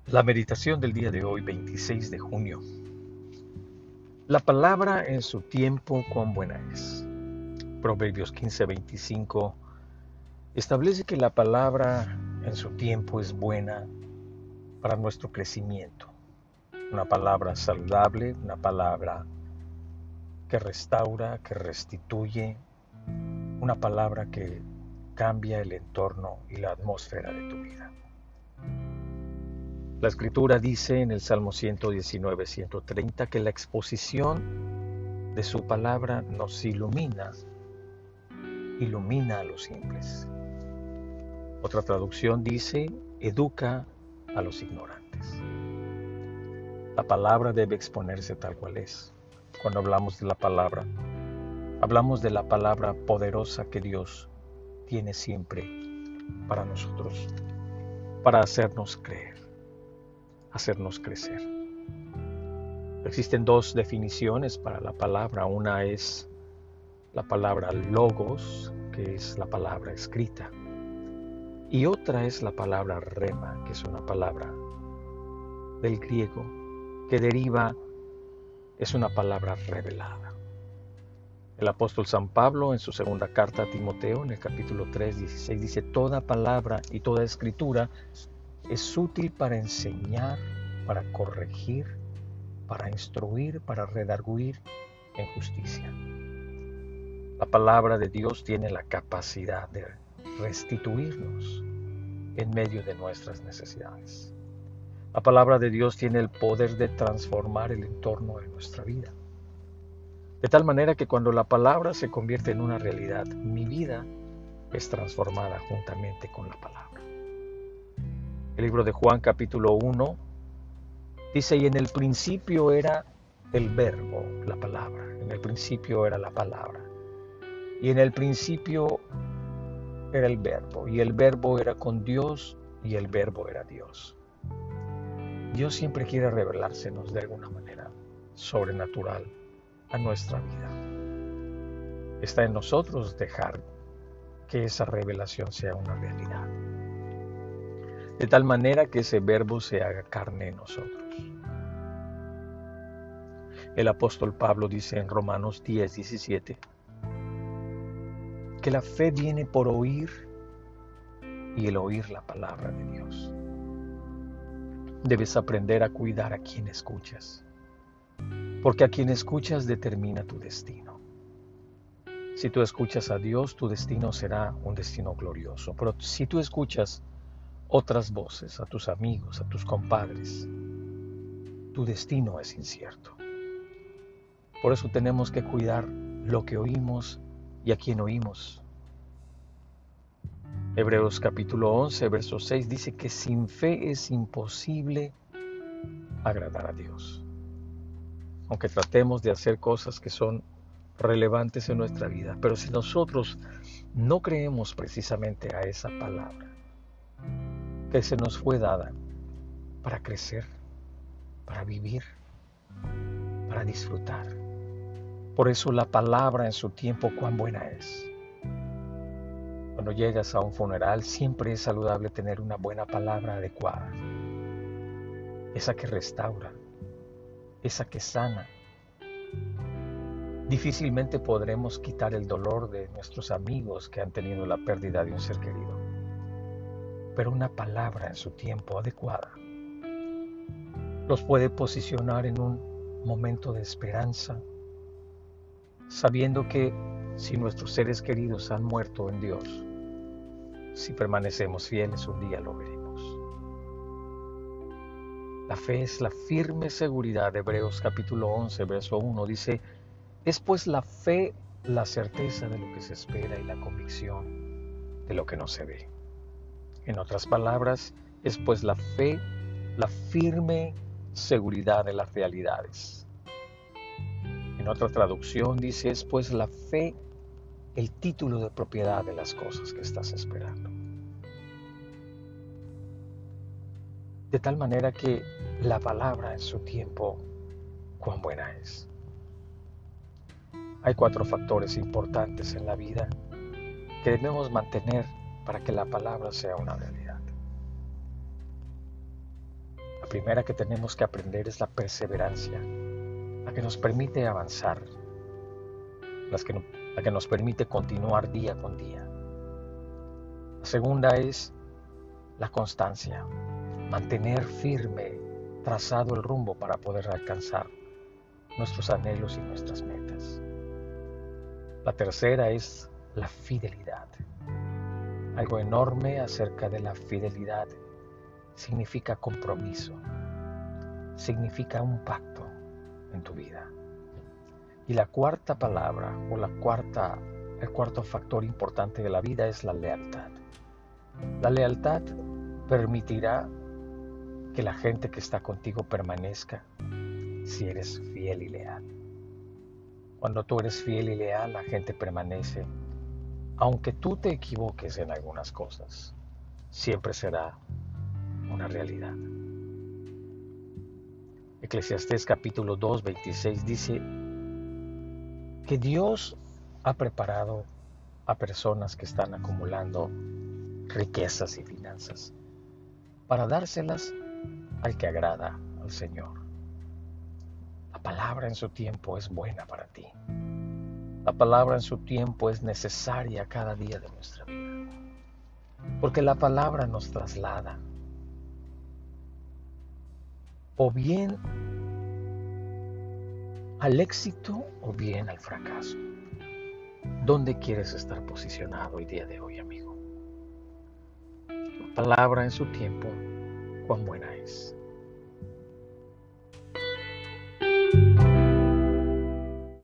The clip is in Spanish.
La meditación del día de hoy, 26 de junio. La palabra en su tiempo, cuán buena es. Proverbios 15:25 establece que la palabra en su tiempo es buena para nuestro crecimiento. Una palabra saludable, una palabra que restaura, que restituye, una palabra que cambia el entorno y la atmósfera de tu vida. La Escritura dice en el Salmo 119:130 que la exposición de su palabra nos ilumina a los simples. Otra traducción dice, educa a los ignorantes. La palabra debe exponerse tal cual es. Cuando hablamos de la palabra, hablamos de la palabra poderosa que Dios tiene siempre para nosotros, para hacernos creer, hacernos crecer. Existen dos definiciones para la palabra. Una es la palabra logos, que es la palabra escrita. Y otra es la palabra rema, que es una palabra del griego que es una palabra revelada. El apóstol San Pablo en su segunda carta a Timoteo, en el capítulo 3:16, dice: toda palabra y toda escritura es útil para enseñar, para corregir, para instruir, para redarguir en justicia. La palabra de Dios tiene la capacidad de restituirnos en medio de nuestras necesidades. La palabra de Dios tiene el poder de transformar el entorno de nuestra vida. De tal manera que cuando la palabra se convierte en una realidad, mi vida es transformada juntamente con la palabra. El libro de Juan capítulo 1 dice: y en el principio era el verbo, la palabra. En el principio era la palabra. Y en el principio era el verbo. Y el verbo era con Dios y el verbo era Dios. Dios siempre quiere revelársenos de alguna manera sobrenatural a nuestra vida. Está en nosotros dejar que esa revelación sea una realidad. De tal manera que ese verbo se haga carne en nosotros. El apóstol Pablo dice en Romanos 10:17 que la fe viene por oír y el oír la palabra de Dios. Debes aprender a cuidar a quien escuchas, porque a quien escuchas determina tu destino. Si tú escuchas a Dios, tu destino será un destino glorioso. Pero si tú escuchas otras voces, a tus amigos, a tus compadres, tu destino es incierto. Por eso tenemos que cuidar lo que oímos y a quién oímos. Hebreos capítulo 11, verso 6 dice que sin fe es imposible agradar a Dios. Aunque tratemos de hacer cosas que son relevantes en nuestra vida, pero si nosotros no creemos precisamente a esa palabra que se nos fue dada para crecer, para vivir, para disfrutar. Por eso la palabra en su tiempo, cuán buena es. Cuando llegas a un funeral, siempre es saludable tener una buena palabra adecuada. Esa que restaura, esa que sana. Difícilmente podremos quitar el dolor de nuestros amigos que han tenido la pérdida de un ser querido. Pero una palabra en su tiempo adecuada los puede posicionar en un momento de esperanza, sabiendo que si nuestros seres queridos han muerto en Dios, si permanecemos fieles, un día lo veremos. La fe es la firme seguridad. Hebreos capítulo 11, verso 1 dice: es pues la fe la certeza de lo que se espera y la convicción de lo que no se ve. En otras palabras, es pues la fe la firme seguridad de las realidades. En otra traducción dice: es pues la fe el título de propiedad de las cosas que estás esperando. De tal manera que la palabra en su tiempo, cuán buena es. Hay 4 factores importantes en la vida que debemos mantener para que la palabra sea una realidad. primera que tenemos que aprender es la perseverancia, la que nos permite avanzar, la que nos permite continuar día con día. La segunda es la constancia, mantener firme, trazado el rumbo para poder alcanzar nuestros anhelos y nuestras metas. La tercera es la fidelidad. Algo enorme acerca de la fidelidad significa compromiso, significa un pacto en tu vida. Y la cuarta palabra o el cuarto factor importante de la vida es la lealtad. La lealtad permitirá que la gente que está contigo permanezca si eres fiel y leal. Cuando tú eres fiel y leal, la gente permanece. Aunque tú te equivoques en algunas cosas, siempre será una realidad. Eclesiastés capítulo 2, 26 dice que Dios ha preparado a personas que están acumulando riquezas y finanzas para dárselas al que agrada al Señor. La palabra en su tiempo es buena para ti. La palabra en su tiempo es necesaria cada día de nuestra vida. Porque la palabra nos traslada o bien al éxito o bien al fracaso. ¿Dónde quieres estar posicionado el día de hoy, amigo? La palabra en su tiempo, cuán buena es.